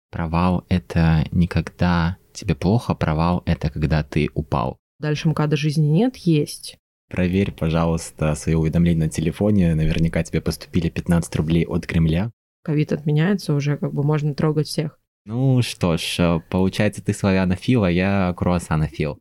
Провал — это не когда тебе плохо, провал — это когда ты упал. Дальше МКАДа жизни нет, есть. Проверь, пожалуйста, свои уведомления на телефоне. Наверняка тебе поступили 15 рублей от Кремля. Ковид отменяется, уже можно трогать всех. Ну что ж, получается, ты славянофил, а я круассанофил.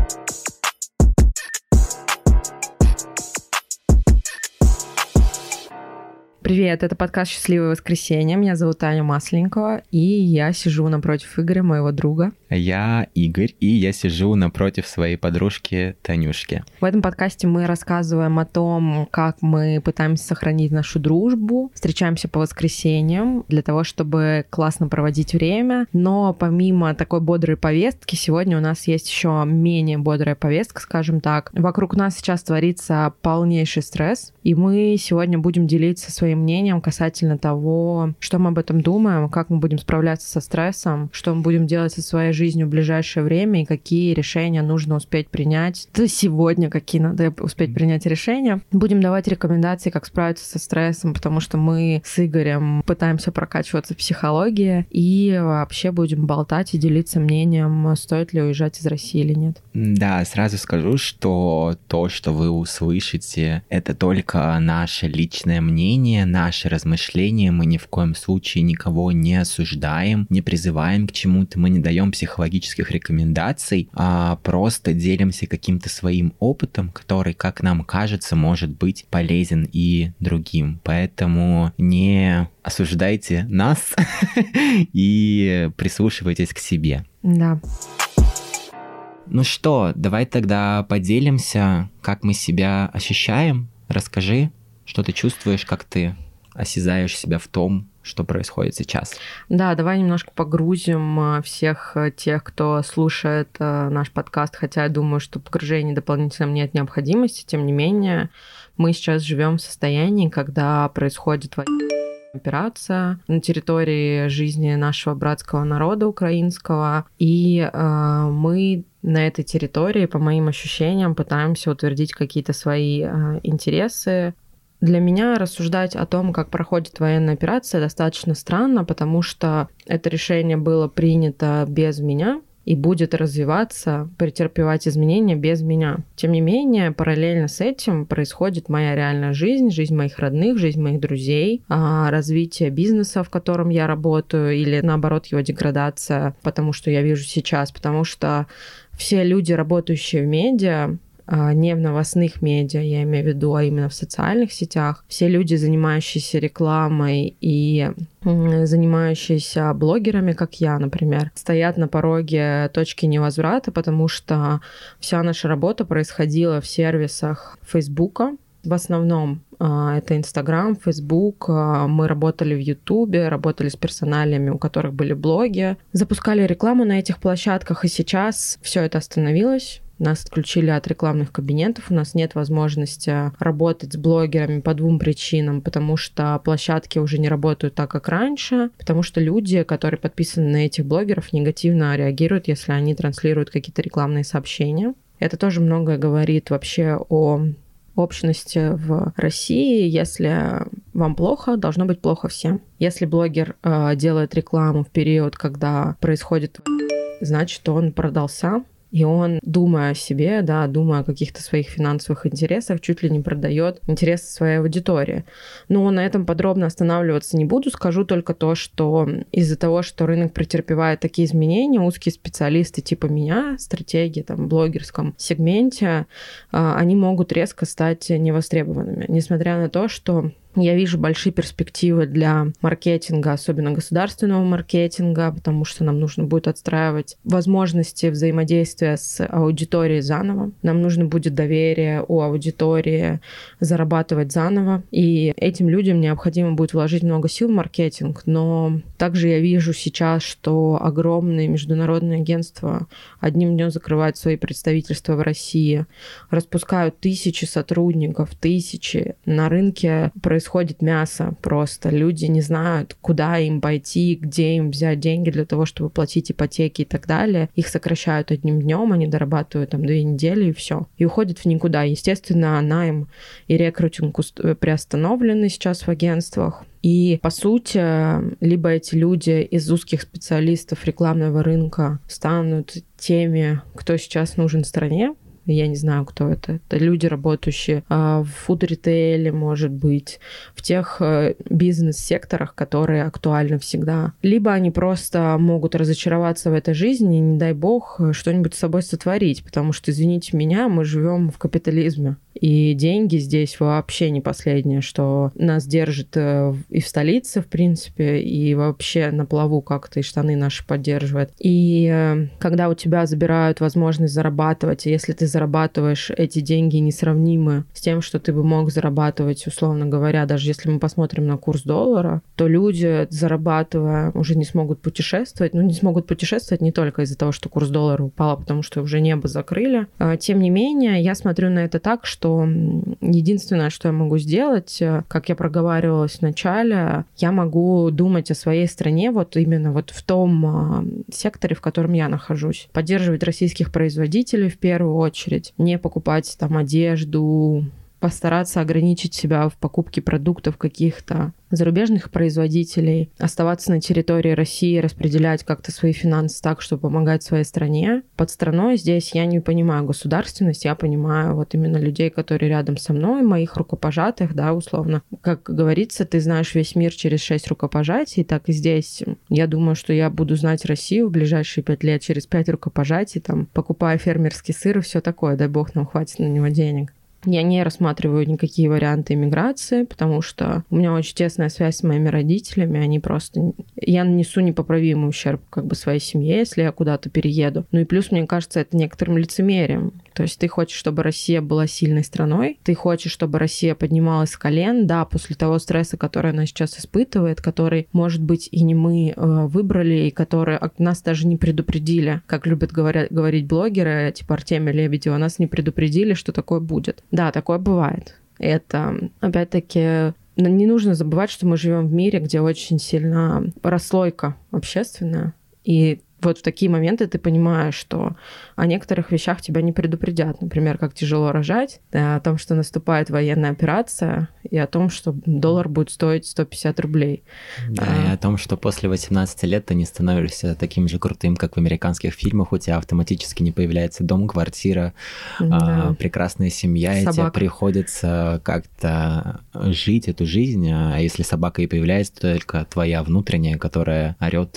Привет, это подкаст «Счастливое воскресенье». Меня зовут Таня Масленникова, и я сижу напротив Игоря, моего друга. Я Игорь, и я сижу напротив своей подружки Танюшки. В этом подкасте мы рассказываем о том, как мы пытаемся сохранить нашу дружбу, встречаемся по воскресеньям для того, чтобы классно проводить время. Но помимо такой бодрой повестки, сегодня у нас есть еще менее бодрая повестка, скажем так. Вокруг нас сейчас творится полнейший стресс, и мы сегодня будем делиться своим мнением касательно того, что мы об этом думаем, как мы будем справляться со стрессом, что мы будем делать со своей жизнью в ближайшее время и какие решения нужно успеть принять. Да сегодня какие надо успеть принять решения. Будем давать рекомендации, как справиться со стрессом, потому что мы с Игорем пытаемся прокачиваться в психологии и вообще будем болтать и делиться мнением, стоит ли уезжать из России или нет. Да, сразу скажу, что то, что вы услышите, это только наше личное мнение, наши размышления. Мы ни в коем случае никого не осуждаем, не призываем к чему-то, мы не даем психологических рекомендаций, а просто делимся каким-то своим опытом, который, как нам кажется, может быть полезен и другим. Поэтому не осуждайте нас и прислушивайтесь к себе. Да. Ну что, давай тогда поделимся, как мы себя ощущаем. Расскажи, что ты чувствуешь, как ты осязаешь себя в том, что происходит сейчас. Да, давай немножко погрузим всех тех, кто слушает наш подкаст, хотя я думаю, что погружения дополнительно нет необходимости. Тем не менее, мы сейчас живем в состоянии, когда происходит операция на территории жизни нашего братского народа украинского, и мы на этой территории, по моим ощущениям, пытаемся утвердить какие-то свои интересы. Для меня рассуждать о том, как проходит военная операция, достаточно странно, потому что это решение было принято без меня и будет развиваться, претерпевать изменения без меня. Тем не менее, параллельно с этим происходит моя реальная жизнь, жизнь моих родных, жизнь моих друзей, развитие бизнеса, в котором я работаю, или наоборот его деградация, потому что я вижу сейчас, потому что все люди, работающие в медиа, не в новостных медиа, я имею в виду, а именно в социальных сетях. Все люди, занимающиеся рекламой и занимающиеся блогерами, как я, например, стоят на пороге точки невозврата, потому что вся наша работа происходила в сервисах Фейсбука. В основном это Инстаграм, Фейсбук. Мы работали в Ютубе, работали с персоналиями, у которых были блоги, запускали рекламу на этих площадках, и сейчас все это остановилось. Нас отключили от рекламных кабинетов, у нас нет возможности работать с блогерами по двум причинам, потому что площадки уже не работают так, как раньше, потому что люди, которые подписаны на этих блогеров, негативно реагируют, если они транслируют какие-то рекламные сообщения. Это тоже многое говорит вообще о общности в России. Если вам плохо, должно быть плохо всем. Если блогер делает рекламу в период, когда происходит, значит, он продался. И он, думая о себе, думая о каких-то своих финансовых интересах, чуть ли не продает интересы своей аудитории. Но на этом подробно останавливаться не буду. Скажу только то, что из-за того, что рынок претерпевает такие изменения, узкие специалисты типа меня, стратеги в блогерском сегменте, они могут резко стать невостребованными. Несмотря на то, что я вижу большие перспективы для маркетинга, особенно государственного маркетинга, потому что нам нужно будет отстраивать возможности взаимодействия с аудиторией заново. Нам нужно будет доверие у аудитории, зарабатывать заново. И этим людям необходимо будет вложить много сил в маркетинг. Но также я вижу сейчас, что огромные международные агентства одним днем закрывают свои представительства в России, распускают тысячи сотрудников, тысячи. На рынке происходит происходит мясо просто. Люди не знают, куда им пойти, где им взять деньги для того, чтобы платить ипотеки и так далее. Их сокращают одним днем, они дорабатывают там 2 недели и все. И уходят в никуда. Естественно, найм и рекрутинг приостановлены сейчас в агентствах. И, по сути, либо эти люди из узких специалистов рекламного рынка станут теми, кто сейчас нужен стране. Я не знаю, кто это. Это люди, работающие в фуд-ритейле, может быть, в тех бизнес-секторах, которые актуальны всегда. Либо они просто могут разочароваться в этой жизни и, не дай бог, что-нибудь с собой сотворить, потому что, извините меня, мы живем в капитализме. И деньги здесь вообще не последнее, что нас держит и в столице, в принципе, и вообще на плаву как-то и штаны наши поддерживает. И когда у тебя забирают возможность зарабатывать, и если ты зарабатываешь эти деньги несравнимы с тем, что ты бы мог зарабатывать, условно говоря, даже если мы посмотрим на курс доллара, то люди, зарабатывая, уже не смогут путешествовать. Ну, не смогут путешествовать не только из-за того, что курс доллара упал, потому что уже небо закрыли. Тем не менее, я смотрю на это так, что единственное, что я могу сделать, как я проговаривалась в начале, я могу думать о своей стране вот именно вот в том секторе, в котором я нахожусь. Поддерживать российских производителей в первую очередь, не покупать там одежду, постараться ограничить себя в покупке продуктов каких-то зарубежных производителей, оставаться на территории России, распределять как-то свои финансы так, чтобы помогать своей стране. Под страной здесь я не понимаю государственность, я понимаю вот именно людей, которые рядом со мной, моих рукопожатых, да, условно. Как говорится, ты знаешь весь мир через 6 рукопожатий, так и здесь. Я думаю, что я буду знать Россию в ближайшие 5 лет через 5 рукопожатий, там, покупая фермерский сыр и все такое, дай бог нам хватит на него денег. Я не рассматриваю никакие варианты иммиграции, потому что у меня очень тесная связь с моими родителями, они просто... Я нанесу непоправимый ущерб как бы своей семье, если я куда-то перееду. Ну и плюс, мне кажется, это некоторым лицемерием. То есть ты хочешь, чтобы Россия была сильной страной, ты хочешь, чтобы Россия поднималась с колен, да, после того стресса, который она сейчас испытывает, который, может быть, и не мы выбрали, и который нас даже не предупредили, как любят говорить блогеры, типа Артемия Лебедева, нас не предупредили, что такое будет. Да, такое бывает. Это, опять-таки, не нужно забывать, что мы живем в мире, где очень сильна расслойка общественная, и вот в такие моменты ты понимаешь, что о некоторых вещах тебя не предупредят. Например, как тяжело рожать, о том, что наступает военная операция, и о том, что доллар будет стоить 150 рублей. Да, и о том, что после 18 лет ты не становишься таким же крутым, как в американских фильмах, у тебя автоматически не появляется дом, квартира, да. Прекрасная семья, и тебе приходится как-то жить эту жизнь, а если собака и появляется, то только твоя внутренняя, которая орёт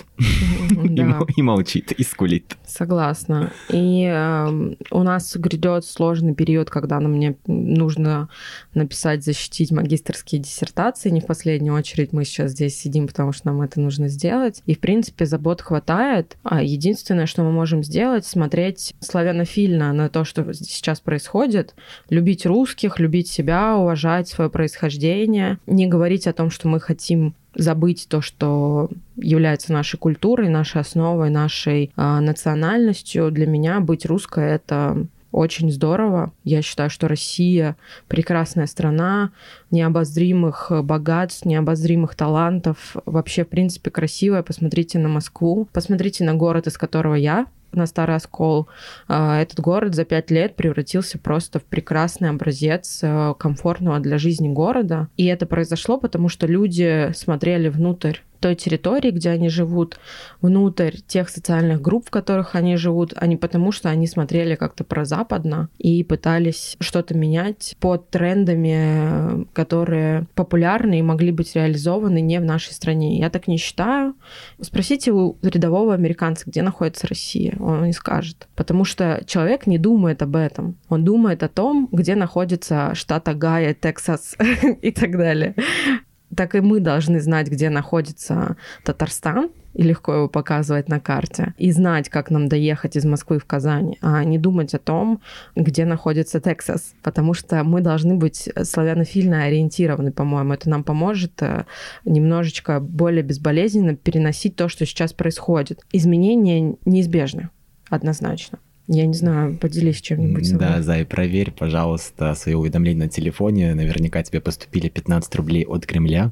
и молчит, и скулит. Согласна. И у нас грядет сложный период, когда мне нужно написать, защитить магистерские диссертации. Не в последнюю очередь мы сейчас здесь сидим, потому что нам это нужно сделать. И, в принципе, забот хватает. А единственное, что мы можем сделать, смотреть славянофильно на то, что сейчас происходит, любить русских, любить себя, уважать свое происхождение, не говорить о том, что мы хотим забыть то, что является нашей культурой, нашей основой, нашей национальностью. Для меня быть русской — это очень здорово. Я считаю, что Россия — прекрасная страна, необозримых богатств, необозримых талантов. Вообще, в принципе, красивая. Посмотрите на Москву, посмотрите на город, из которого я, на Старый Оскол. Этот город за 5 лет превратился просто в прекрасный образец комфортного для жизни города. И это произошло, потому что люди смотрели внутрь той территории, где они живут, внутрь тех социальных групп, в которых они живут, а не потому, что они смотрели как-то прозападно и пытались что-то менять под трендами, которые популярны и могли быть реализованы не в нашей стране. Я так не считаю. Спросите у рядового американца, где находится Россия, он не скажет. Потому что человек не думает об этом. Он думает о том, где находится штат Огайо, Техас и так далее. Так и мы должны знать, где находится Татарстан, и легко его показывать на карте, и знать, как нам доехать из Москвы в Казань, а не думать о том, где находится Техас, потому что мы должны быть славянофильно ориентированы, по-моему. Это нам поможет немножечко более безболезненно переносить то, что сейчас происходит. Изменения неизбежны, однозначно. Я не знаю, поделись чем-нибудь. Да, Зай, проверь, пожалуйста, свои уведомления на телефоне. Наверняка тебе поступили 15 рублей от Кремля.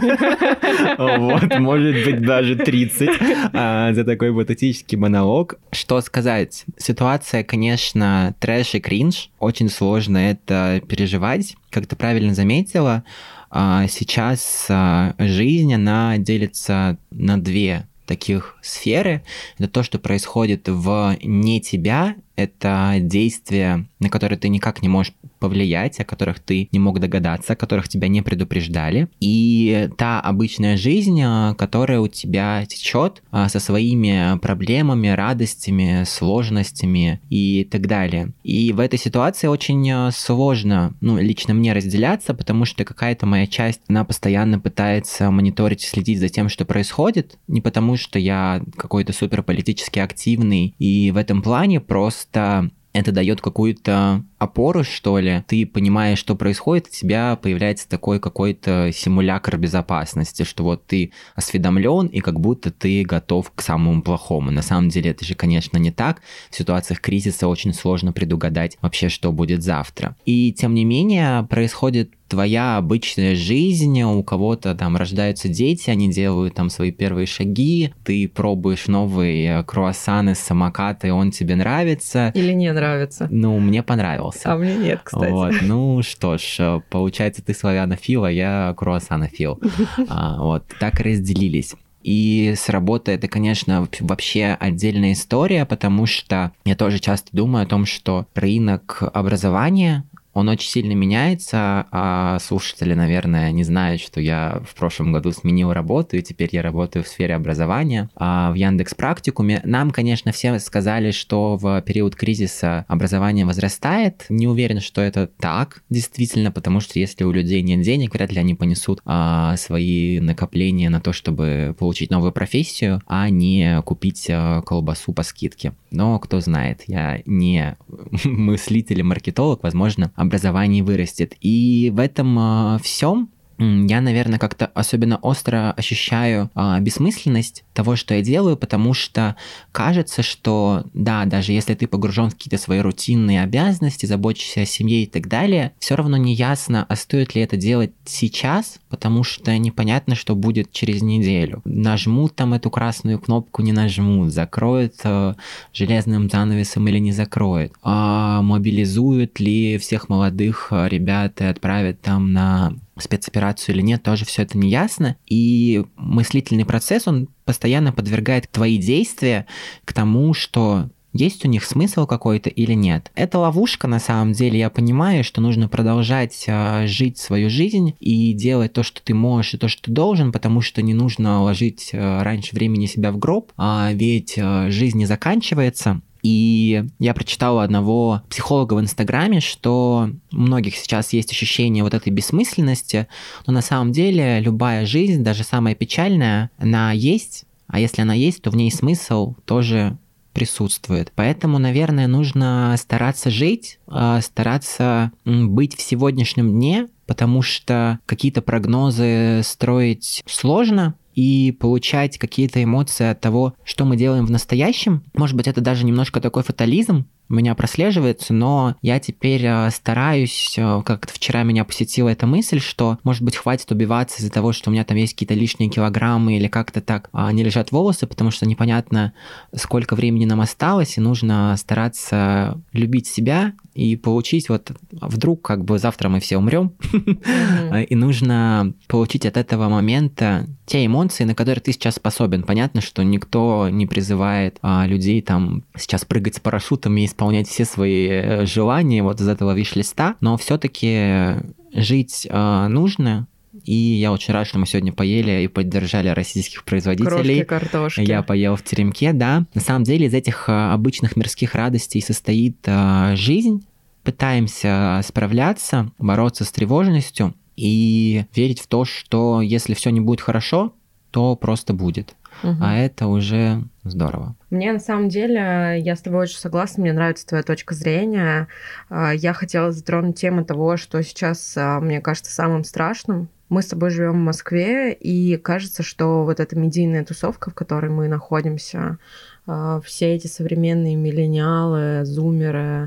Вот, может быть, даже 30 за такой патетический монолог. Что сказать? Ситуация, конечно, трэш и кринж. Очень сложно это переживать. Как ты правильно заметила, сейчас жизнь, она делится на две таких сферы. Это то, что происходит вне тебя, это действия, на которые ты никак не можешь повлиять, о которых ты не мог догадаться, о которых тебя не предупреждали. И та обычная жизнь, которая у тебя течет со своими проблемами, радостями, сложностями и так далее. И в этой ситуации очень сложно, лично мне разделяться, потому что какая-то моя часть, она постоянно пытается мониторить и следить за тем, что происходит, не потому что я какой-то суперполитически активный, и в этом плане просто это дает какую-то опору, что ли. Ты понимаешь, что происходит, у тебя появляется такой какой-то симулятор безопасности, что вот ты осведомлен и как будто ты готов к самому плохому. На самом деле это же, конечно, не так. В ситуациях кризиса очень сложно предугадать вообще, что будет завтра. И тем не менее происходит твоя обычная жизнь, у кого-то там рождаются дети, они делают там свои первые шаги, ты пробуешь новые круассаны с самоката, и он тебе нравится. Или не нравится? Мне понравился. А мне нет, кстати. Вот, что ж, получается, ты славянофил, а я круассанофил. Вот, так разделились. И с работы это, конечно, вообще отдельная история, потому что я тоже часто думаю о том, что рынок образования, он очень сильно меняется, а слушатели, наверное, не знают, что я в прошлом году сменил работу, и теперь я работаю в сфере образования в Яндекс.Практикуме. Нам, конечно, все сказали, что в период кризиса образование возрастает. Не уверен, что это так, действительно, потому что если у людей нет денег, вряд ли они понесут свои накопления на то, чтобы получить новую профессию, а не купить колбасу по скидке. Но кто знает, я не мыслитель и маркетолог, возможно, образование вырастет. И в этом всем я, наверное, как-то особенно остро ощущаю бессмысленность того, что я делаю, потому что кажется, что да, даже если ты погружен в какие-то свои рутинные обязанности, заботишься о семье и так далее, все равно не ясно, а стоит ли это делать сейчас, потому что непонятно, что будет через неделю. Нажмут там эту красную кнопку, не нажмут, закроют железным занавесом или не закроют, мобилизуют ли всех молодых ребят и отправят там на спецоперацию или нет, тоже все это не ясно. И мыслительный процесс, он постоянно подвергает твои действия к тому, что есть у них смысл какой-то или нет. Это ловушка, на самом деле. Я понимаю, что нужно продолжать жить свою жизнь и делать то, что ты можешь, и то, что ты должен, потому что не нужно ложить раньше времени себя в гроб, ведь жизнь не заканчивается. И я прочитал у одного психолога в Инстаграме, что у многих сейчас есть ощущение вот этой бессмысленности, но на самом деле любая жизнь, даже самая печальная, она есть, а если она есть, то в ней смысл тоже присутствует. Поэтому, наверное, нужно стараться жить, стараться быть в сегодняшнем дне, потому что какие-то прогнозы строить сложно, и получать какие-то эмоции от того, что мы делаем в настоящем. Может быть, это даже немножко такой фатализм у меня прослеживается, но я теперь стараюсь, как-то вчера меня посетила эта мысль, что, может быть, хватит убиваться из-за того, что у меня там есть какие-то лишние килограммы или как-то так не лежат волосы, потому что непонятно, сколько времени нам осталось, и нужно стараться любить себя и получить вот вдруг как бы завтра мы все умрем, и нужно получить от этого момента те эмоции, на которые ты сейчас способен. Понятно, что никто не призывает людей там сейчас прыгать с парашютами и исполнять все свои желания вот из этого виш-листа, но все-таки жить нужно. И я очень рад, что мы сегодня поели и поддержали российских производителей. Крошки картошки. Я поел в теремке, да. На самом деле из этих обычных мирских радостей состоит жизнь. Пытаемся справляться, бороться с тревожностью и верить в то, что если все не будет хорошо, то просто будет. А это уже здорово. Мне на самом деле, я с тобой очень согласна, мне нравится твоя точка зрения. Я хотела затронуть тему того, что сейчас, мне кажется, самым страшным Мы с тобой живем в Москве, и кажется, что вот эта медийная тусовка, в которой мы находимся, все эти современные миллениалы, зумеры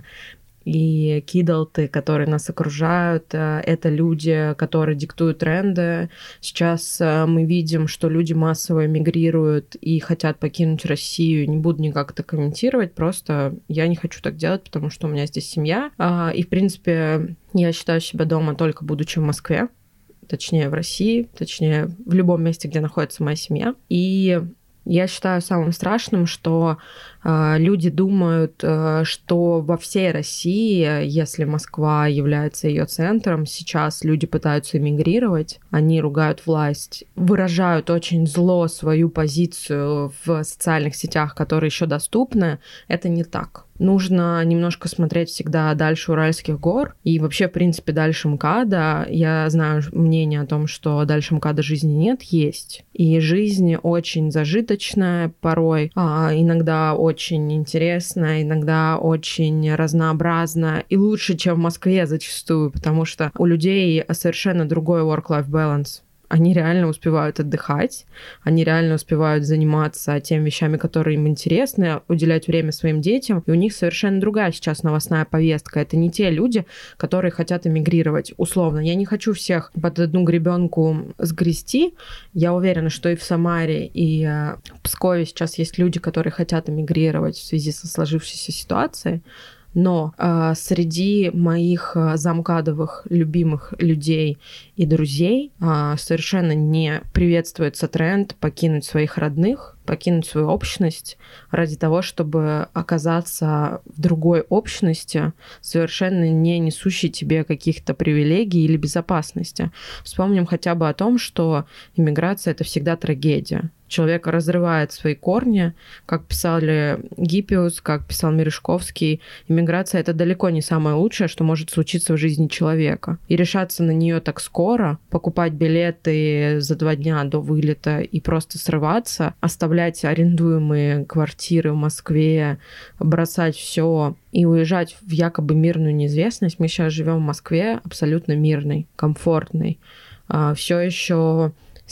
и кидалты, которые нас окружают, это люди, которые диктуют тренды. Сейчас мы видим, что люди массово эмигрируют и хотят покинуть Россию. Не буду никак это комментировать, просто я не хочу так делать, потому что у меня здесь семья. И, в принципе, я считаю себя дома только будучи в Москве, точнее в России, точнее в любом месте, где находится моя семья. И я считаю самым страшным, что люди думают, что во всей России, если Москва является ее центром, сейчас люди пытаются эмигрировать, они ругают власть, выражают очень зло свою позицию в социальных сетях, которые еще доступны. Это не так. Нужно немножко смотреть всегда дальше Уральских гор и вообще, в принципе, дальше МКАДа. Я знаю мнение о том, что дальше МКАДа жизни нет, есть. И жизнь очень зажиточная порой, иногда очень интересная, иногда очень разнообразная и лучше, чем в Москве зачастую, потому что у людей совершенно другой work-life balance. Они реально успевают отдыхать, они реально успевают заниматься теми вещами, которые им интересны, уделять время своим детям, и у них совершенно другая сейчас новостная повестка. Это не те люди, которые хотят эмигрировать. Условно, я не хочу всех под одну гребенку сгрести. Я уверена, что и в Самаре, и в Пскове сейчас есть люди, которые хотят эмигрировать в связи со сложившейся ситуацией. Но среди моих замкадовых любимых людей и друзей совершенно не приветствуется тренд покинуть своих родных, покинуть свою общность ради того, чтобы оказаться в другой общности, совершенно не несущей тебе каких-то привилегий или безопасности. Вспомним хотя бы о том, что иммиграция — это всегда трагедия. Человек разрывает свои корни, как писали Гиппиус, как писал Мережковский. Иммиграция — это далеко не самое лучшее, что может случиться в жизни человека. И решаться на нее так скоро, покупать билеты за 2 дня до вылета и просто срываться, оставлять арендуемые квартиры в Москве, бросать все и уезжать в якобы мирную неизвестность. Мы сейчас живем в Москве абсолютно мирной, комфортной, все еще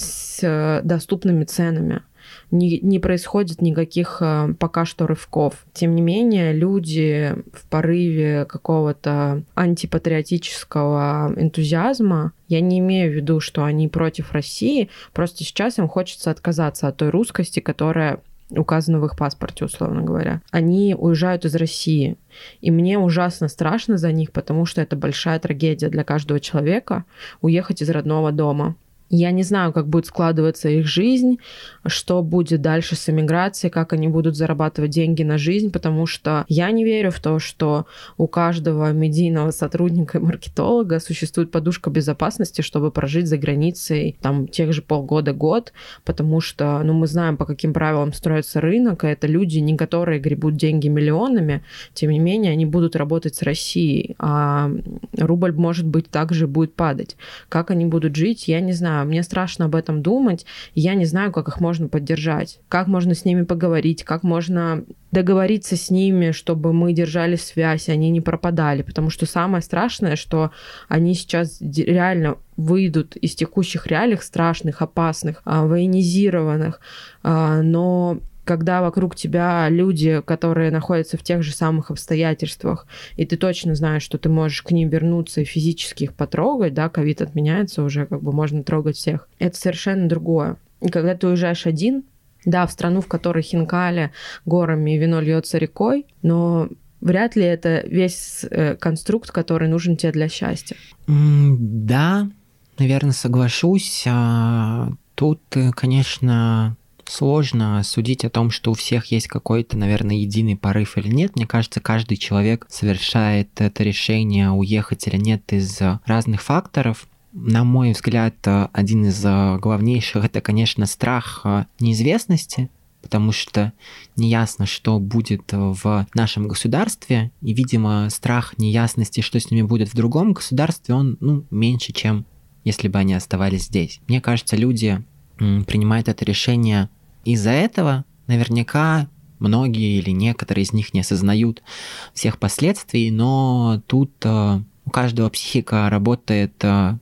с доступными ценами. Не происходит никаких пока что рывков. Тем не менее, люди в порыве какого-то антипатриотического энтузиазма, я не имею в виду, что они против России, просто сейчас им хочется отказаться от той русскости, которая указано в их паспорте, условно говоря. Они уезжают из России. И мне ужасно страшно за них, потому что это большая трагедия для каждого человека уехать из родного дома. Я не знаю, как будет складываться их жизнь, что будет дальше с эмиграцией, как они будут зарабатывать деньги на жизнь, потому что я не верю в то, что у каждого медийного сотрудника и маркетолога существует подушка безопасности, чтобы прожить за границей там тех же полгода-год, потому что мы знаем, по каким правилам строится рынок, и это люди, не которые гребут деньги миллионами, тем не менее они будут работать с Россией, а рубль, может быть, также будет падать. Как они будут жить, я не знаю. Мне страшно об этом думать, и я не знаю, как их можно поддержать, как можно с ними поговорить, как можно договориться с ними, чтобы мы держали связь, они не пропадали, потому что самое страшное, что они сейчас реально выйдут из текущих реалий страшных, опасных, военизированных, но когда вокруг тебя люди, которые находятся в тех же самых обстоятельствах, и ты точно знаешь, что ты можешь к ним вернуться и физически их потрогать, да, ковид отменяется, уже можно трогать всех. Это совершенно другое. И когда ты уезжаешь один, да, в страну, в которой хинкали горами и вино льется рекой, но вряд ли это весь конструкт, который нужен тебе для счастья. Да, наверное, соглашусь. Тут, конечно, сложно судить о том, что у всех есть какой-то, наверное, единый порыв или нет. Мне кажется, каждый человек совершает это решение, уехать или нет, из разных факторов. На мой взгляд, один из главнейших — это, конечно, страх неизвестности, потому что неясно, что будет в нашем государстве, и, видимо, страх неясности, что с ними будет в другом государстве, он меньше, чем если бы они оставались здесь. Мне кажется, люди принимают это решение из-за этого. Наверняка многие или некоторые из них не осознают всех последствий, но тут у каждого психика работает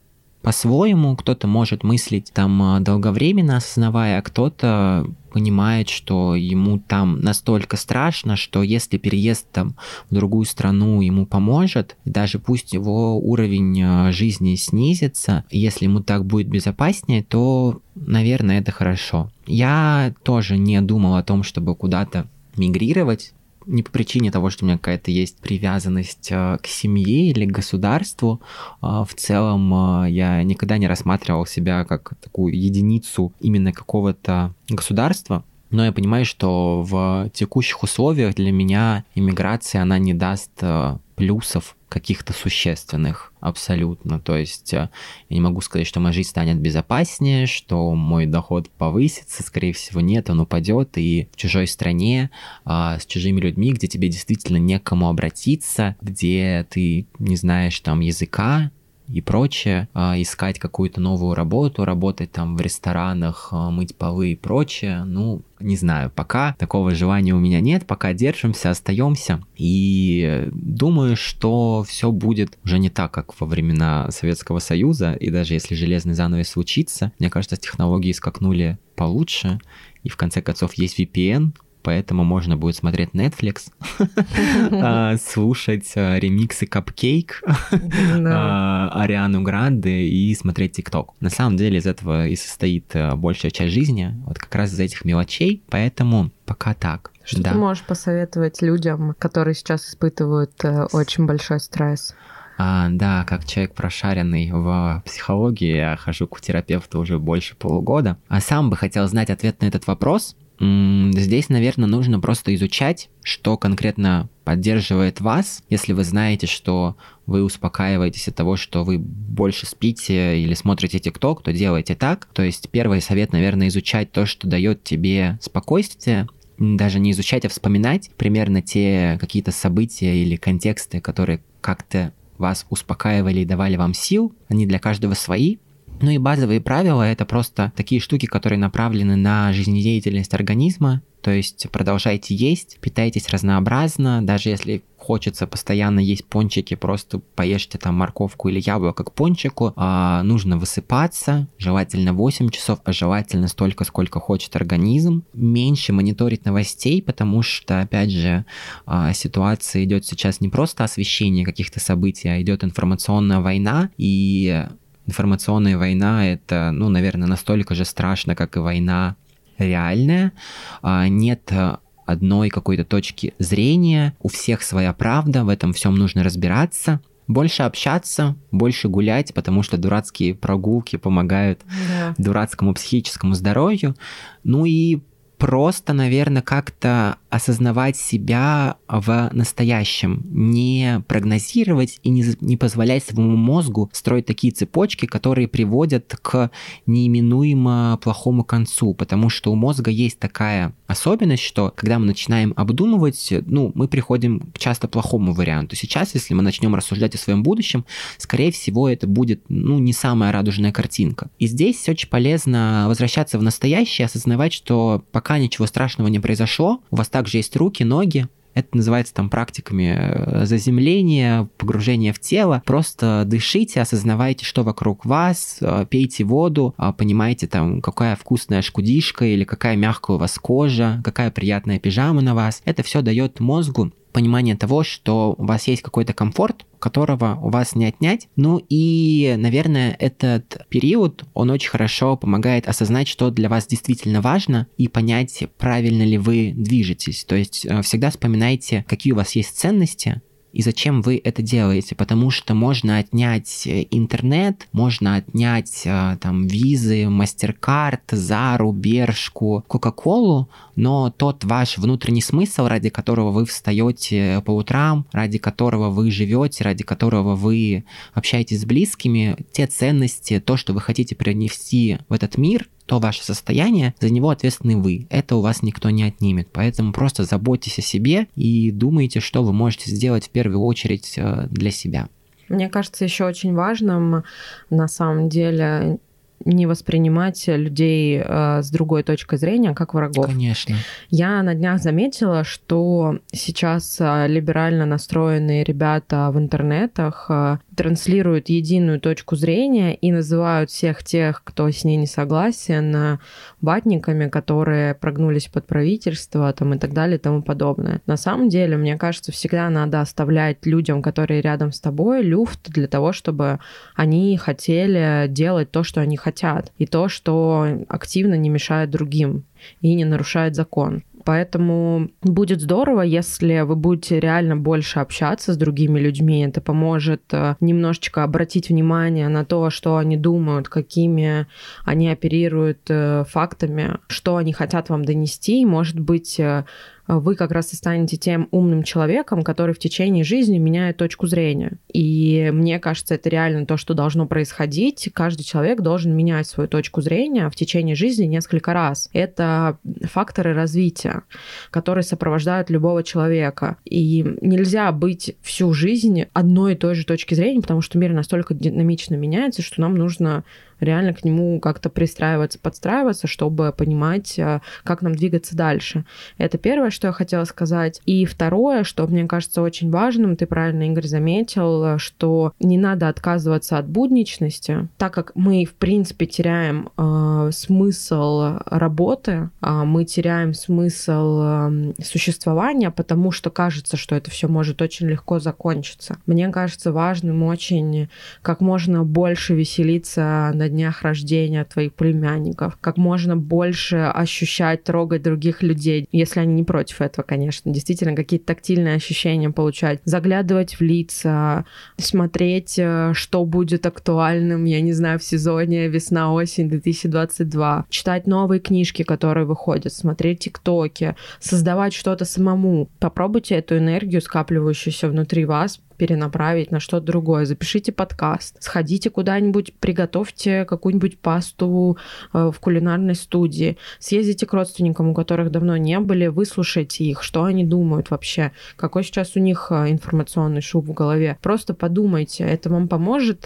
по-своему, кто-то может мыслить там долговременно осознавая, а кто-то понимает, что ему там настолько страшно, что если переезд там в другую страну ему поможет, даже пусть его уровень жизни снизится, если ему так будет безопаснее, то, наверное, это хорошо. Я тоже не думал о том, чтобы куда-то мигрировать, не по причине того, что у меня какая-то есть привязанность к семье или к государству. В целом я никогда не рассматривал себя как такую единицу именно какого-то государства. Но я понимаю, что в текущих условиях для меня иммиграция, она не даст плюсов каких-то существенных абсолютно. То есть я не могу сказать, что моя жизнь станет безопаснее, что мой доход повысится. Скорее всего, нет, он упадет. И в чужой стране, с чужими людьми, где тебе действительно некому обратиться, где ты не знаешь там языка и прочее, искать какую-то новую работу, работать там в ресторанах, мыть полы и прочее, не знаю, пока такого желания у меня нет, пока держимся, остаемся, и думаю, что все будет уже не так, как во времена Советского Союза, и даже если железный занавес случится, мне кажется, технологии скакнули получше, и в конце концов есть VPN, поэтому можно будет смотреть Netflix, слушать ремиксы Cupcake, Ариану Гранде и смотреть TikTok. На самом деле из этого и состоит большая часть жизни, вот как раз из этих мелочей, поэтому пока так. Что ты можешь посоветовать людям, которые сейчас испытывают очень большой стресс? Да, как человек прошаренный в психологии, я хожу к терапевту уже больше полугода, а сам бы хотел знать ответ на этот вопрос. Здесь, наверное, нужно просто изучать, что конкретно поддерживает вас. Если вы знаете, что вы успокаиваетесь от того, что вы больше спите или смотрите TikTok, то делайте так. То есть первый совет, наверное, изучать то, что дает тебе спокойствие. Даже не изучать, а вспоминать примерно те какие-то события или контексты, которые как-то вас успокаивали и давали вам сил. Они для каждого свои. Ну и базовые правила — это просто такие штуки, которые направлены на жизнедеятельность организма. То есть продолжайте есть, питайтесь разнообразно, даже если хочется постоянно есть пончики, просто поешьте там морковку или яблоко к пончику. Нужно высыпаться, желательно 8 часов, а желательно столько, сколько хочет организм. Меньше мониторить новостей, потому что, опять же, ситуация идет сейчас не просто освещение каких-то событий, а идет информационная война, и информационная война — это, наверное, настолько же страшно, как и война реальная. Нет одной какой-то точки зрения, у всех своя правда, в этом всем нужно разбираться. Больше общаться, больше гулять, потому что дурацкие прогулки помогают дурацкому психическому здоровью. И просто, наверное, как-то осознавать себя в настоящем, не прогнозировать и не позволять своему мозгу строить такие цепочки, которые приводят к неименуемо плохому концу, потому что у мозга есть такая особенность, что когда мы начинаем обдумывать, мы приходим к часто плохому варианту. Сейчас, если мы начнем рассуждать о своем будущем, скорее всего, это будет, не самая радужная картинка. И здесь очень полезно возвращаться в настоящее, осознавать, что пока ничего страшного не произошло, у вас также есть руки, ноги. Это называется там практиками заземления, погружения в тело. Просто дышите, осознавайте, что вокруг вас, пейте воду, понимаете, там, какая вкусная шкудишка или какая мягкая у вас кожа, какая приятная пижама на вас. Это все дает мозгу понимание того, что у вас есть какой-то комфорт, которого у вас не отнять. И, наверное, этот период, он очень хорошо помогает осознать, что для вас действительно важно, и понять, правильно ли вы движетесь. То есть всегда вспоминайте, какие у вас есть ценности, и зачем вы это делаете, потому что можно отнять интернет, можно отнять там визы, MasterCard, Зару, Бершку, Кока-Колу, но тот ваш внутренний смысл, ради которого вы встаете по утрам, ради которого вы живете, ради которого вы общаетесь с близкими, те ценности, то, что вы хотите принести в этот мир, то ваше состояние, за него ответственны вы. Это у вас никто не отнимет. Поэтому просто заботьтесь о себе и думайте, что вы можете сделать в первую очередь для себя. Мне кажется, еще очень важным на самом деле не воспринимать людей с другой точкой зрения, как врагов. Конечно. Я на днях заметила, что сейчас либерально настроенные ребята в интернетах транслируют единую точку зрения и называют всех тех, кто с ней не согласен, ватниками, которые прогнулись под правительство там, и так далее и тому подобное. На самом деле, мне кажется, всегда надо оставлять людям, которые рядом с тобой, люфт для того, чтобы они хотели делать то, что они хотят, и то, что активно не мешает другим и не нарушает закон. Поэтому будет здорово, если вы будете реально больше общаться с другими людьми. Это поможет немножечко обратить внимание на то, что они думают, какими они оперируют фактами, что они хотят вам донести. И, может быть, вы как раз и станете тем умным человеком, который в течение жизни меняет точку зрения. И мне кажется, это реально то, что должно происходить. Каждый человек должен менять свою точку зрения в течение жизни несколько раз. Это факторы развития, которые сопровождают любого человека. И нельзя быть всю жизнь одной и той же точки зрения, потому что мир настолько динамично меняется, что нам нужно реально к нему как-то пристраиваться, подстраиваться, чтобы понимать, как нам двигаться дальше. Это первое, что я хотела сказать. И второе, что мне кажется очень важным, ты правильно, Игорь, заметил, что не надо отказываться от будничности, так как мы, в принципе, теряем смысл работы, мы теряем смысл существования, потому что кажется, что это все может очень легко закончиться. Мне кажется важным очень как можно больше веселиться на днях рождения твоих племянников, как можно больше ощущать, трогать других людей, если они не против этого, конечно. Действительно, какие-то тактильные ощущения получать, заглядывать в лица, смотреть, что будет актуальным, я не знаю, в сезоне весна-осень 2022, читать новые книжки, которые выходят, смотреть тиктоки, создавать что-то самому. Попробуйте эту энергию, скапливающуюся внутри вас, перенаправить на что-то другое. Запишите подкаст, сходите куда-нибудь, приготовьте какую-нибудь пасту в кулинарной студии, съездите к родственникам, у которых давно не были, выслушайте их, что они думают вообще, какой сейчас у них информационный шум в голове. Просто подумайте, это вам поможет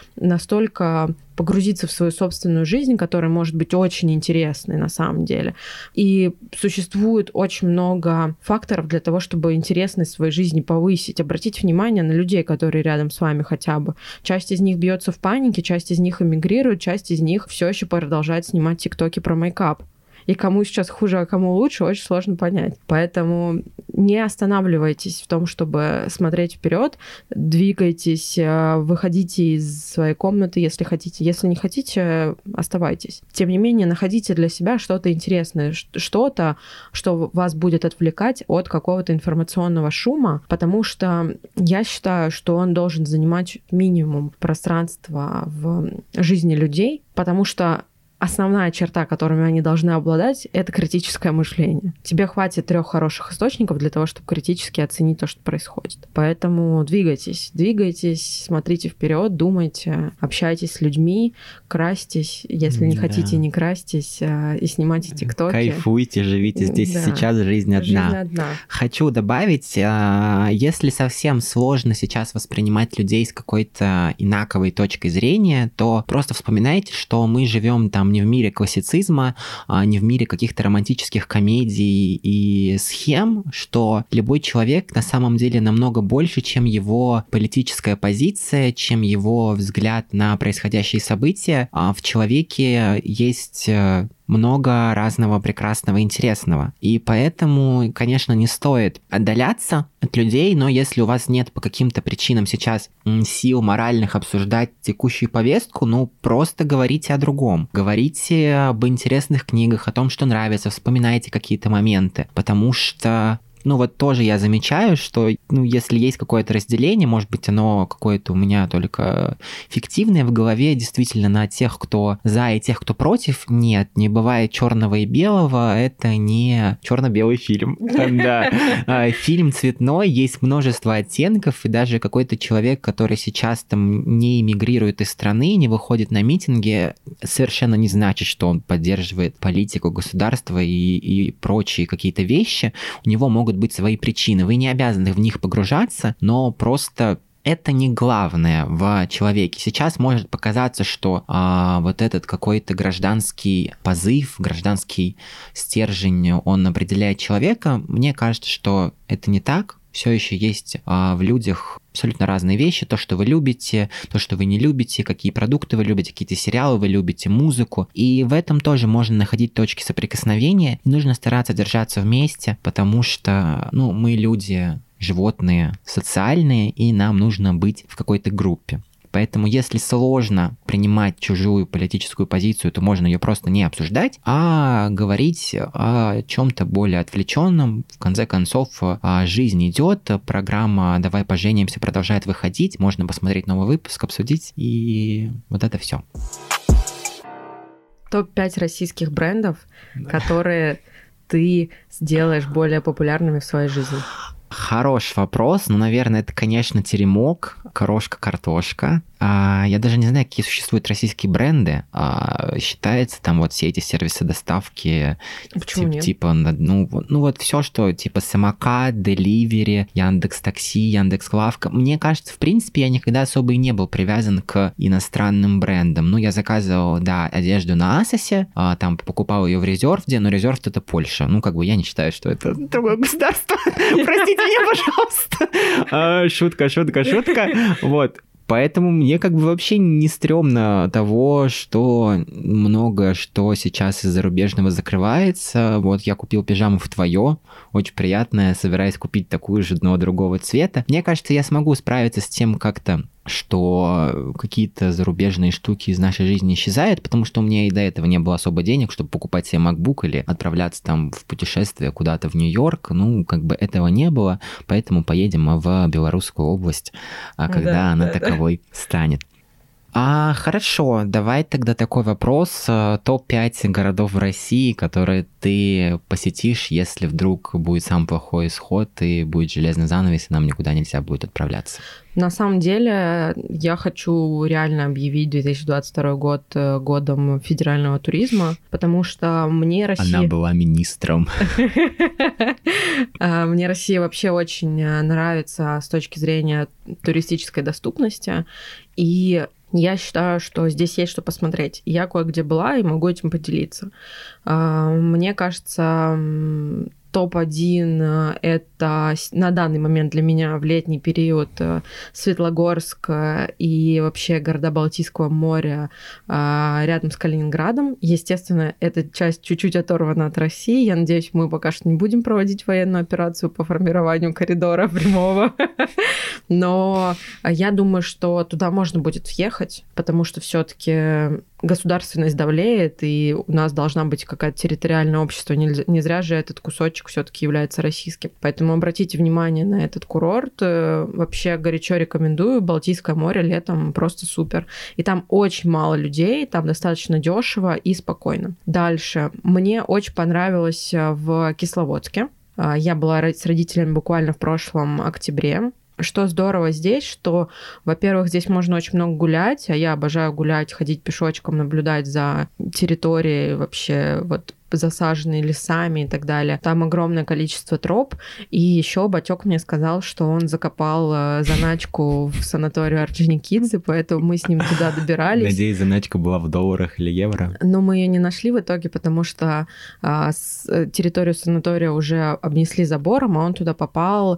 настолько погрузиться в свою собственную жизнь, которая может быть очень интересной на самом деле. И существует очень много факторов для того, чтобы интересность своей жизни повысить. Обратите внимание на людей, которые рядом с вами хотя бы. Часть из них бьется в панике, часть из них эмигрирует, часть из них все еще продолжает снимать тиктоки про мейкап. И кому сейчас хуже, а кому лучше, очень сложно понять. Поэтому не останавливайтесь в том, чтобы смотреть вперед, двигайтесь, выходите из своей комнаты, если хотите. Если не хотите, оставайтесь. Тем не менее, находите для себя что-то интересное, что-то, что вас будет отвлекать от какого-то информационного шума, потому что я считаю, что он должен занимать минимум пространства в жизни людей, потому что основная черта, которыми они должны обладать, это критическое мышление. Тебе хватит 3 хороших источников для того, чтобы критически оценить то, что происходит. Поэтому двигайтесь, смотрите вперед, думайте, общайтесь с людьми, красьтесь. Если не хотите, не красьтесь и снимайте тиктоки. Кайфуйте, живите здесь сейчас, жизнь одна. Хочу добавить, если совсем сложно сейчас воспринимать людей с какой-то инаковой точкой зрения, то просто вспоминайте, что мы живем там не в мире классицизма, не в мире каких-то романтических комедий и схем, что любой человек на самом деле намного больше, чем его политическая позиция, чем его взгляд на происходящие события. В человеке есть много разного прекрасного и интересного. И поэтому, конечно, не стоит отдаляться от людей, но если у вас нет по каким-то причинам сейчас сил моральных обсуждать текущую повестку, просто говорите о другом. Говорите об интересных книгах, о том, что нравится, вспоминайте какие-то моменты, потому что тоже я замечаю, что, если есть какое-то разделение, может быть, оно какое-то у меня только фиктивное в голове, действительно, на тех, кто за и тех, кто против, нет, не бывает черного и белого, это не черно-белый фильм. Да, фильм цветной, есть множество оттенков, и даже какой-то человек, который сейчас там не эмигрирует из страны, не выходит на митинги, совершенно не значит, что он поддерживает политику государства и прочие какие-то вещи. У него могут быть свои причины. Вы не обязаны в них погружаться, но просто это не главное в человеке. Сейчас может показаться, что вот этот какой-то гражданский позыв, гражданский стержень, он определяет человека. Мне кажется, что это не так. все еще есть в людях абсолютно разные вещи. То, что вы любите, то, что вы не любите, какие продукты вы любите, какие-то сериалы вы любите, музыку. И в этом тоже можно находить точки соприкосновения. И нужно стараться держаться вместе, потому что, мы люди, животные, социальные, и нам нужно быть в какой-то группе. Поэтому если сложно принимать чужую политическую позицию, то можно ее просто не обсуждать, а говорить о чем-то более отвлеченном. В конце концов, жизнь идет, программа «Давай поженимся» продолжает выходить, можно посмотреть новый выпуск, обсудить, и вот это все. Топ-5 российских брендов, которые ты сделаешь более популярными в своей жизни. Хороший вопрос. Наверное, это, конечно, Теремок, Крошка-картошка. Я даже не знаю, какие существуют российские бренды. Считается там вот все эти сервисы доставки. Почему нет? Типа, вот все, что типа Самокат, Деливери, Яндекс.Такси, Яндекс.Лавка. Мне кажется, в принципе, я никогда особо и не был привязан к иностранным брендам. Я заказывал, одежду на Асосе, там покупал ее в Резервде, но Резервд это Польша. Я не считаю, что это другое государство. Простите меня, пожалуйста. Шутка. Вот. Поэтому мне вообще не стрёмно того, что много что сейчас из зарубежного закрывается. Вот я купил пижаму в твоё, очень приятная, собираюсь купить такую же, но другого цвета. Мне кажется, я смогу справиться с тем как-то, что какие-то зарубежные штуки из нашей жизни исчезают, потому что у меня и до этого не было особо денег, чтобы покупать себе MacBook или отправляться там в путешествие куда-то в Нью-Йорк. Этого не было, поэтому поедем в Белорусскую область, когда она таковой станет. Хорошо, давай тогда такой вопрос. Топ-5 городов в России, которые ты посетишь, если вдруг будет самый плохой исход и будет железный занавес, и нам никуда нельзя будет отправляться. На самом деле, я хочу реально объявить 2022 год годом федерального туризма, потому что мне Россия... Она была министром. Мне Россия вообще очень нравится с точки зрения туристической доступности, и я считаю, что здесь есть что посмотреть. Я кое-где была и могу этим поделиться. Мне кажется, топ-1 — это на данный момент для меня в летний период Светлогорск и вообще города Балтийского моря рядом с Калининградом. Естественно, эта часть чуть-чуть оторвана от России. Я надеюсь, мы пока что не будем проводить военную операцию по формированию коридора прямого. Но я думаю, что туда можно будет въехать, потому что все-таки государственность давлеет, и у нас должна быть какая-то территориальное общество. Не зря же этот кусочек все-таки является российским. Поэтому обратите внимание на этот курорт. Вообще горячо рекомендую. Балтийское море летом просто супер. И там очень мало людей, там достаточно дешево и спокойно. Дальше. Мне очень понравилось в Кисловодске. Я была с родителями буквально в прошлом октябре. Что здорово здесь, что, во-первых, здесь можно очень много гулять, а я обожаю гулять, ходить пешочком, наблюдать за территорией вообще засаженные лесами и так далее. Там огромное количество троп. И еще Батёк мне сказал, что он закопал заначку в санаторию Орджоникидзе, поэтому мы с ним туда добирались. Надеюсь, заначка была в долларах или евро. Но мы ее не нашли в итоге, потому что территорию санатория уже обнесли забором, а он туда попал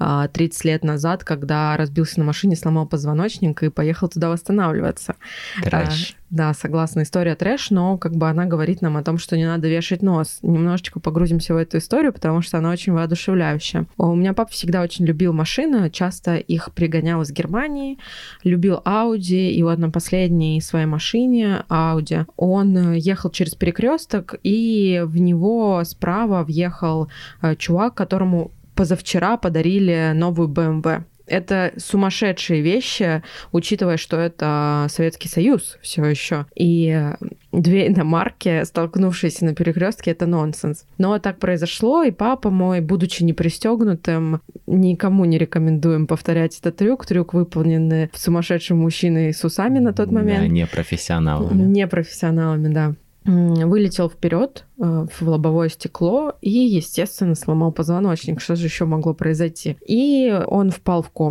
30 лет назад, когда разбился на машине, сломал позвоночник и поехал туда восстанавливаться. Трэш. Да, согласна, история трэш, но она говорит нам о том, что не надо вешать нос. Немножечко погрузимся в эту историю, потому что она очень воодушевляющая. У меня папа всегда очень любил машины, часто их пригонял из Германии, любил Audi, и на последней своей машине Audi он ехал через перекресток, и в него справа въехал чувак, которому позавчера подарили новую BMW. Это сумасшедшие вещи, учитывая, что это Советский Союз все еще. И две иномарки, столкнувшиеся на перекрестке, это нонсенс. Но так произошло, и папа мой, будучи непристегнутым, никому не рекомендуем повторять этот трюк. Трюк выполнен сумасшедшим мужчиной с усами на тот момент. Да, непрофессионалами. Непрофессионалами, да. Вылетел вперед в лобовое стекло и, естественно, сломал позвоночник. Что же еще могло произойти? И он впал в кому.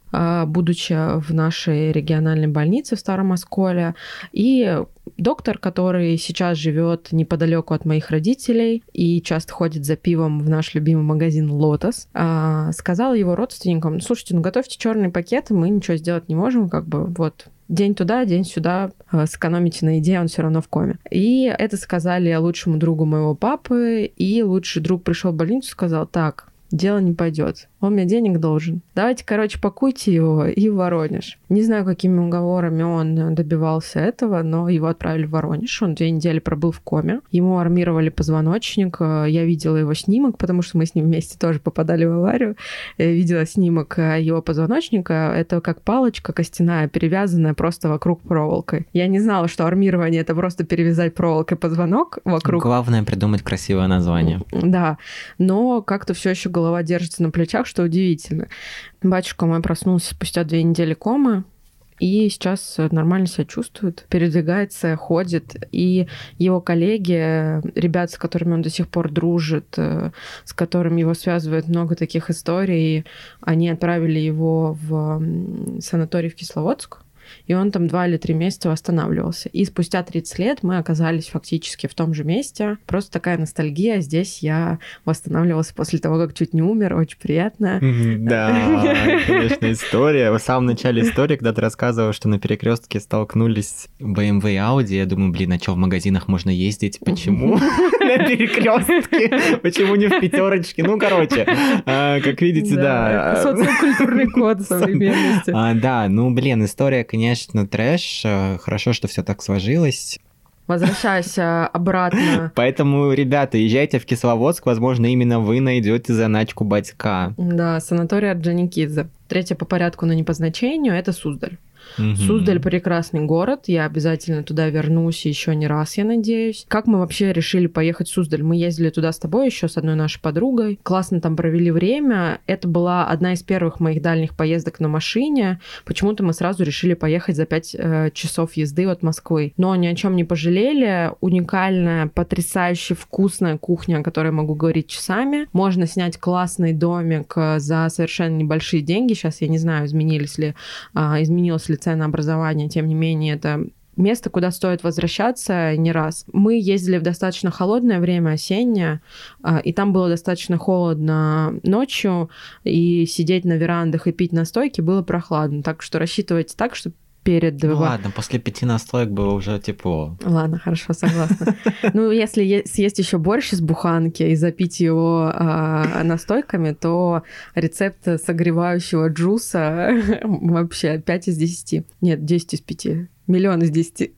будучи в нашей региональной больнице в Старом Осколе. И доктор, который сейчас живет неподалеку от моих родителей и часто ходит за пивом в наш любимый магазин «Лотос», сказал его родственникам: слушайте, готовьте черные пакеты, мы ничего сделать не можем, вот день туда, день сюда, сэкономите на еде, он все равно в коме. И это сказали лучшему другу моего папы, и лучший друг пришел в больницу и сказал: так, дело не пойдет. Он мне денег должен. Давайте, пакуйте его и в Воронеж. Не знаю, какими уговорами он добивался этого, но его отправили в Воронеж. Он 2 недели пробыл в коме. Ему армировали позвоночник. Я видела его снимок, потому что мы с ним вместе тоже попадали в аварию. Я видела снимок его позвоночника. Это как палочка костяная, перевязанная просто вокруг проволокой. Я не знала, что армирование — это просто перевязать проволокой позвонок вокруг. Главное — придумать красивое название. Да, но как-то все еще голова держится на плечах, что удивительно. Батюшка мой проснулся спустя 2 недели комы, и сейчас нормально себя чувствует, передвигается, ходит. И его коллеги, ребята, с которыми он до сих пор дружит, с которыми его связывает много таких историй, они отправили его в санаторий в Кисловодск, и он там 2 или 3 месяца восстанавливался. И спустя 30 лет мы оказались фактически в том же месте. Просто такая ностальгия. Здесь я восстанавливался после того, как чуть не умер. Очень приятно. Да, конечно, история. В самом начале истории, когда ты рассказывала, что на перекрестке столкнулись BMW и Audi, я думаю, а что, в магазинах можно ездить? Почему на перекрестке? Почему не в пятерочке? Как видите, да. Социокультурный код современности. Да, история, конечно, трэш. Хорошо, что все так сложилось. Возвращаясь обратно. Поэтому, ребята, езжайте в Кисловодск, возможно, именно вы найдете заначку батька. Да, санаторий Орджоникидзе. 3 по порядку, но не по значению — это Суздаль. Суздаль — прекрасный город, я обязательно туда вернусь еще не раз, я надеюсь. Как мы вообще решили поехать в Суздаль? Мы ездили туда с тобой еще с одной нашей подругой, классно там провели время. Это была одна из первых моих дальних поездок на машине. Почему-то мы сразу решили поехать за 5 часов езды от Москвы. Но ни о чем не пожалели. Уникальная, потрясающе вкусная кухня, о которой могу говорить часами. Можно снять классный домик за совершенно небольшие деньги. Сейчас я не знаю, изменилось ли ценообразование, тем не менее, это место, куда стоит возвращаться не раз. Мы ездили в достаточно холодное время, осеннее, и там было достаточно холодно ночью, и сидеть на верандах и пить настойки было прохладно. Так что рассчитывайте так, что перед... ладно, после 5 настоек было уже тепло. Ладно, хорошо, согласна. Если съесть еще борщ из буханки и запить его настойками, то рецепт согревающего джуса вообще 5 из 10. Нет, 10 из 5. 1 из 10.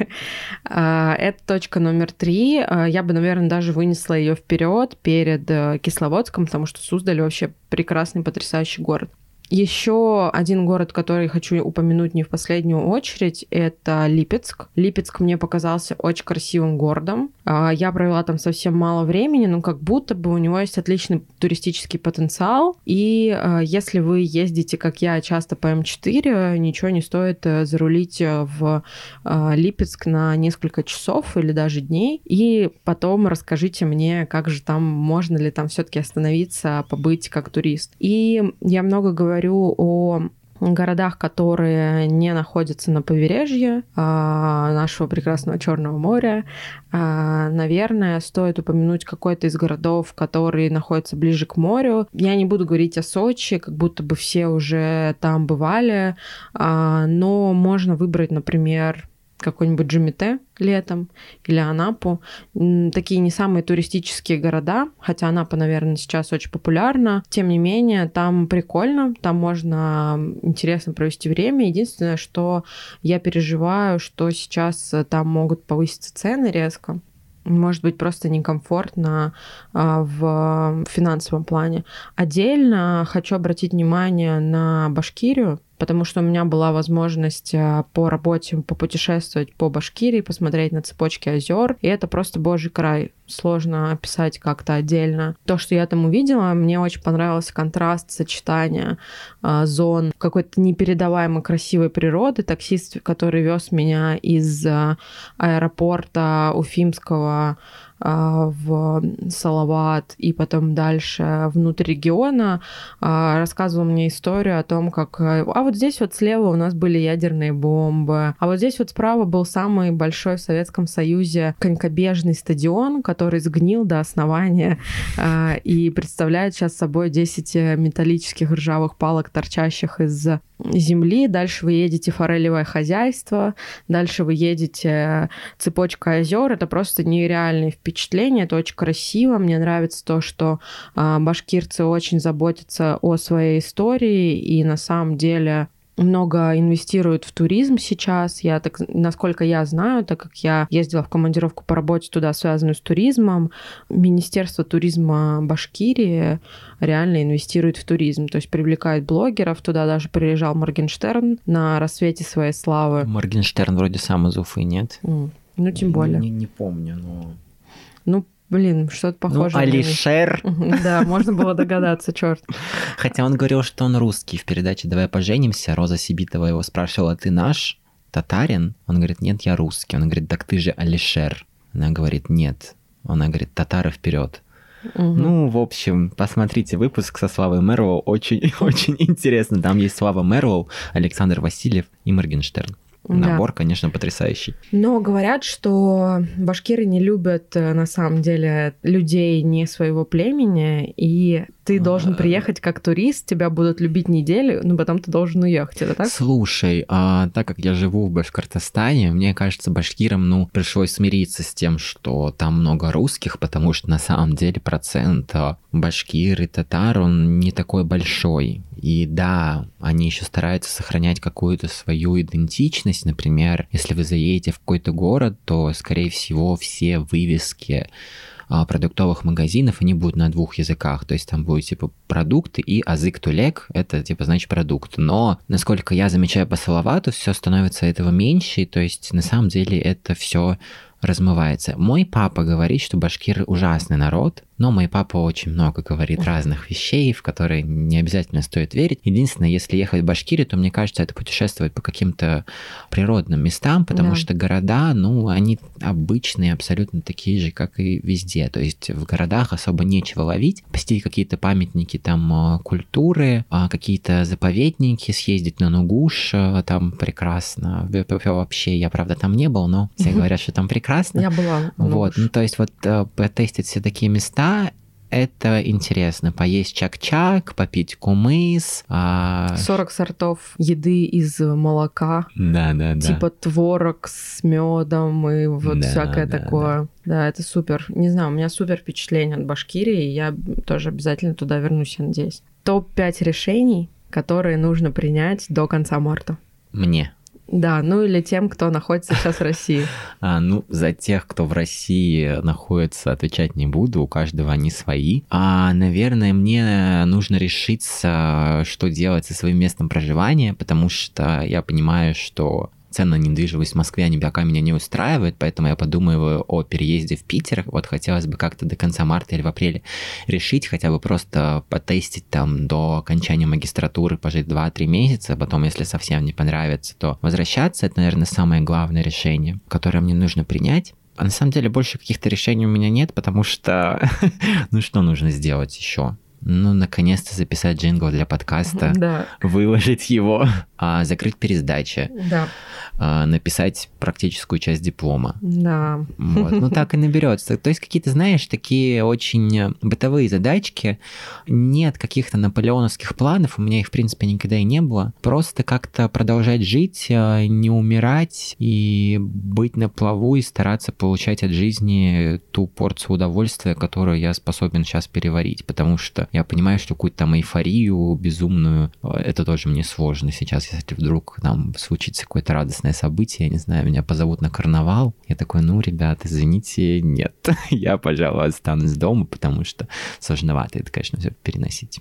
Это точка номер 3. Я бы, наверное, даже вынесла ее вперед перед Кисловодском, потому что Суздаль вообще прекрасный, потрясающий город. Еще один город, который хочу упомянуть не в последнюю очередь, это Липецк. Липецк мне показался очень красивым городом. Я провела там совсем мало времени, но как будто бы у него есть отличный туристический потенциал. И если вы ездите, как я, часто по М4, ничего не стоит зарулить в Липецк на несколько часов или даже дней. И потом расскажите мне, как же там, можно ли там все-таки остановиться, побыть как турист. И я много говорю о городах, которые не находятся на побережье нашего прекрасного Черного моря. Наверное, стоит упомянуть какой-то из городов, который находится ближе к морю. Я не буду говорить о Сочи, как будто бы все уже там бывали, но можно выбрать, например, какой-нибудь Джумите летом или Анапу. Такие не самые туристические города, хотя Анапа, наверное, сейчас очень популярна. Тем не менее, там прикольно, там можно интересно провести время. Единственное, что я переживаю, что сейчас там могут повыситься цены резко. Может быть, просто некомфортно в финансовом плане. Отдельно хочу обратить внимание на Башкирию, потому что у меня была возможность по работе попутешествовать по Башкирии, посмотреть на цепочки озер, и это просто божий край. Сложно описать как-то отдельно. То, что я там увидела, мне очень понравился контраст, сочетание зон какой-то непередаваемо красивой природы. Таксист, который вез меня из аэропорта Уфимского в Салават и потом дальше внутрь региона, рассказывал мне историю о том, как вот здесь вот слева у нас были ядерные бомбы, а вот здесь вот справа был самый большой в Советском Союзе конькобежный стадион, который сгнил до основания и представляет сейчас собой 10 металлических ржавых палок, торчащих из земли. Дальше вы едете форелевое хозяйство, дальше вы едете цепочка озер. Это просто нереальные впечатления, это очень красиво. Мне нравится то, что башкирцы очень заботятся о своей истории и на самом деле много инвестируют в туризм сейчас. Насколько я знаю, так как я ездила в командировку по работе туда, связанную с туризмом, Министерство туризма Башкирии реально инвестирует в туризм. То есть привлекает блогеров. Туда даже приезжал Моргенштерн на рассвете своей славы. Моргенштерн вроде сам из Уфы, нет? Ну, тем более. Не помню, но... Ну, блин, что-то похожее. Алишер. Да, можно было догадаться, черт. Хотя он говорил, что он русский. В передаче «Давай поженимся» Роза Сибитова его спрашивала: ты наш татарин? Он говорит: нет, я русский. Он говорит: так ты же Алишер. Она говорит: нет. Она говорит: татары вперед. Ну, в общем, посмотрите выпуск со Славой Мэрлоу. Очень интересно. Там есть Слава Мэрлоу, Александр Васильев и Моргенштерн. Набор, да, конечно, потрясающий. Но говорят, что башкиры не любят, на самом деле, людей не своего племени, и ты должен приехать как турист, тебя будут любить неделю, но потом ты должен уехать, это так? Слушай, так как я живу в Башкортостане, мне кажется, башкирам, пришлось смириться с тем, что там много русских, потому что на самом деле процент башкир и татар, он не такой большой. И да, они еще стараются сохранять какую-то свою идентичность. Например, если вы заедете в какой-то город, то, скорее всего, все вывески продуктовых магазинов, они будут на 2 языках. То есть там будет типа продукты и азык тулек, это типа значит продукт. Но, насколько я замечаю по Салавату, все становится этого меньше. То есть на самом деле это все размывается. Мой папа говорит, что башкиры ужасный народ, но мой папа очень много говорит разных вещей, в которые не обязательно стоит верить. Единственное, если ехать в Башкирию, то мне кажется, это путешествовать по каким-то природным местам, потому что города, они обычные, абсолютно такие же, как и везде. То есть в городах особо нечего ловить. Посетить какие-то памятники там культуры, какие-то заповедники, съездить на Нугуш, там прекрасно. Вообще, я, правда, там не был, но все говорят, что там прекрасно. Я была. Вот, то есть потестить все такие места, это интересно. Поесть чак-чак, попить кумыс. 40 сортов еды из молока. Да. Типа творог с медом и вот всякое такое. Да, это супер. Не знаю, у меня супер впечатление от Башкирии, и я тоже обязательно туда вернусь, я надеюсь. Топ-5 решений, которые нужно принять до конца марта. Мне. Да, или тем, кто находится сейчас в России. За тех, кто в России находится, отвечать не буду, у каждого они свои. Наверное, мне нужно решиться, что делать со своим местом проживания, потому что я понимаю, что цены на недвижимость в Москве, они пока меня не устраивают, поэтому я подумываю о переезде в Питер. Вот хотелось бы как-то до конца марта или в апреле решить, хотя бы просто потестить там до окончания магистратуры, пожить 2-3 месяца, потом, если совсем не понравится, то возвращаться. Это, наверное, самое главное решение, которое мне нужно принять. А на самом деле больше каких-то решений у меня нет, потому что, что нужно сделать еще? Наконец-то записать джингл для подкаста, выложить его, закрыть пересдачи, написать практическую часть диплома. Да. Вот. Так и наберется. То есть какие-то, знаешь, такие очень бытовые задачки. Нет каких-то наполеоновских планов, у меня их, в принципе, никогда и не было. Просто как-то продолжать жить, не умирать и быть на плаву и стараться получать от жизни ту порцию удовольствия, которую я способен сейчас переварить, потому что я понимаю, что какую-то там эйфорию безумную, это тоже мне сложно сейчас, если вдруг там случится какое-то радостное событие, я не знаю, меня позовут на карнавал, я такой: ребят, извините, нет, я, пожалуй, останусь дома, потому что сложновато это, конечно, все переносить.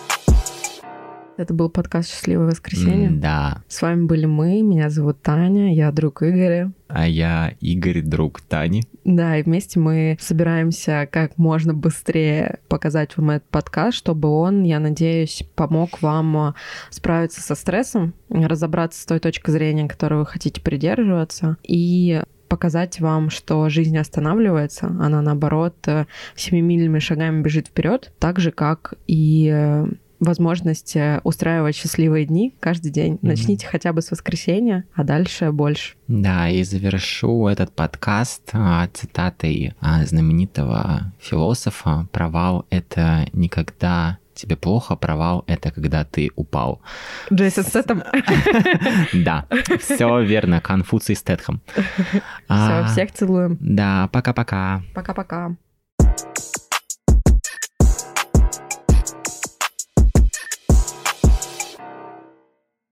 Это был подкаст «Счастливое воскресенье». Да. С вами были мы, меня зовут Таня, я друг Игоря. А я Игорь, друг Тани. Да, и вместе мы собираемся как можно быстрее показать вам этот подкаст, чтобы он, я надеюсь, помог вам справиться со стрессом, разобраться с той точкой зрения, которой вы хотите придерживаться, и показать вам, что жизнь останавливается, она наоборот 7-мильными шагами бежит вперед, так же, как и возможность устраивать счастливые дни каждый день. Начните хотя бы с воскресенья, а дальше больше. Да, и завершу этот подкаст цитатой знаменитого философа: «Провал — это никогда тебе плохо, провал — это когда ты упал». Джейсон Стэтхэм. Да, все верно, Конфуций Стэтхэм. Все, всех целуем. Да, пока-пока. Пока-пока.